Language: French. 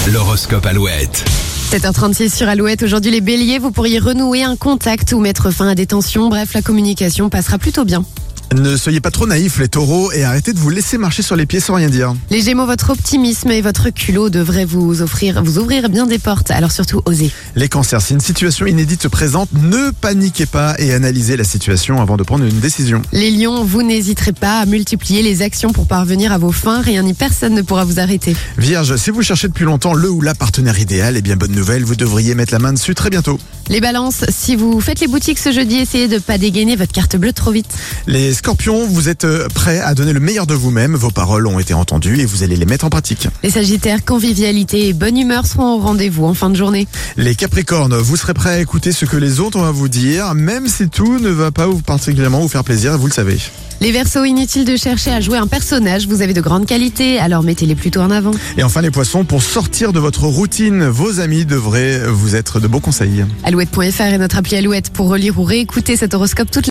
L'horoscope Alouette. 7h36 sur Alouette. Aujourd'hui, les béliers, vous pourriez renouer un contact ou mettre fin à des tensions. Bref, la communication passera plutôt bien. Ne soyez pas trop naïfs les taureaux et arrêtez de vous laisser marcher sur les pieds sans rien dire. Les gémeaux, votre optimisme et votre culot devraient vous ouvrir bien des portes. Alors surtout, osez. Les cancers, si une situation inédite se présente, ne paniquez pas et analysez la situation avant de prendre une décision. Les lions, vous n'hésiterez pas à multiplier les actions pour parvenir à vos fins. Rien ni personne ne pourra vous arrêter. Vierge, si vous cherchez depuis longtemps le ou la partenaire idéal, eh bien bonne nouvelle, vous devriez mettre la main dessus très bientôt. Les balances, si vous faites les boutiques ce jeudi, essayez de ne pas dégainer votre carte bleue trop vite. Les scorpions, vous êtes prêts à donner le meilleur de vous-même, vos paroles ont été entendues et vous allez les mettre en pratique. Les sagittaires, convivialité et bonne humeur seront au rendez-vous en fin de journée. Les capricornes, vous serez prêts à écouter ce que les autres ont à vous dire, même si tout ne va pas particulièrement vous faire plaisir, vous le savez. Les Verseaux, inutile de chercher à jouer un personnage, vous avez de grandes qualités, alors mettez-les plutôt en avant. Et enfin les poissons, pour sortir de votre routine, vos amis devraient vous être de bons conseils. Alouette.fr est notre appli Alouette pour relire ou réécouter cet horoscope toute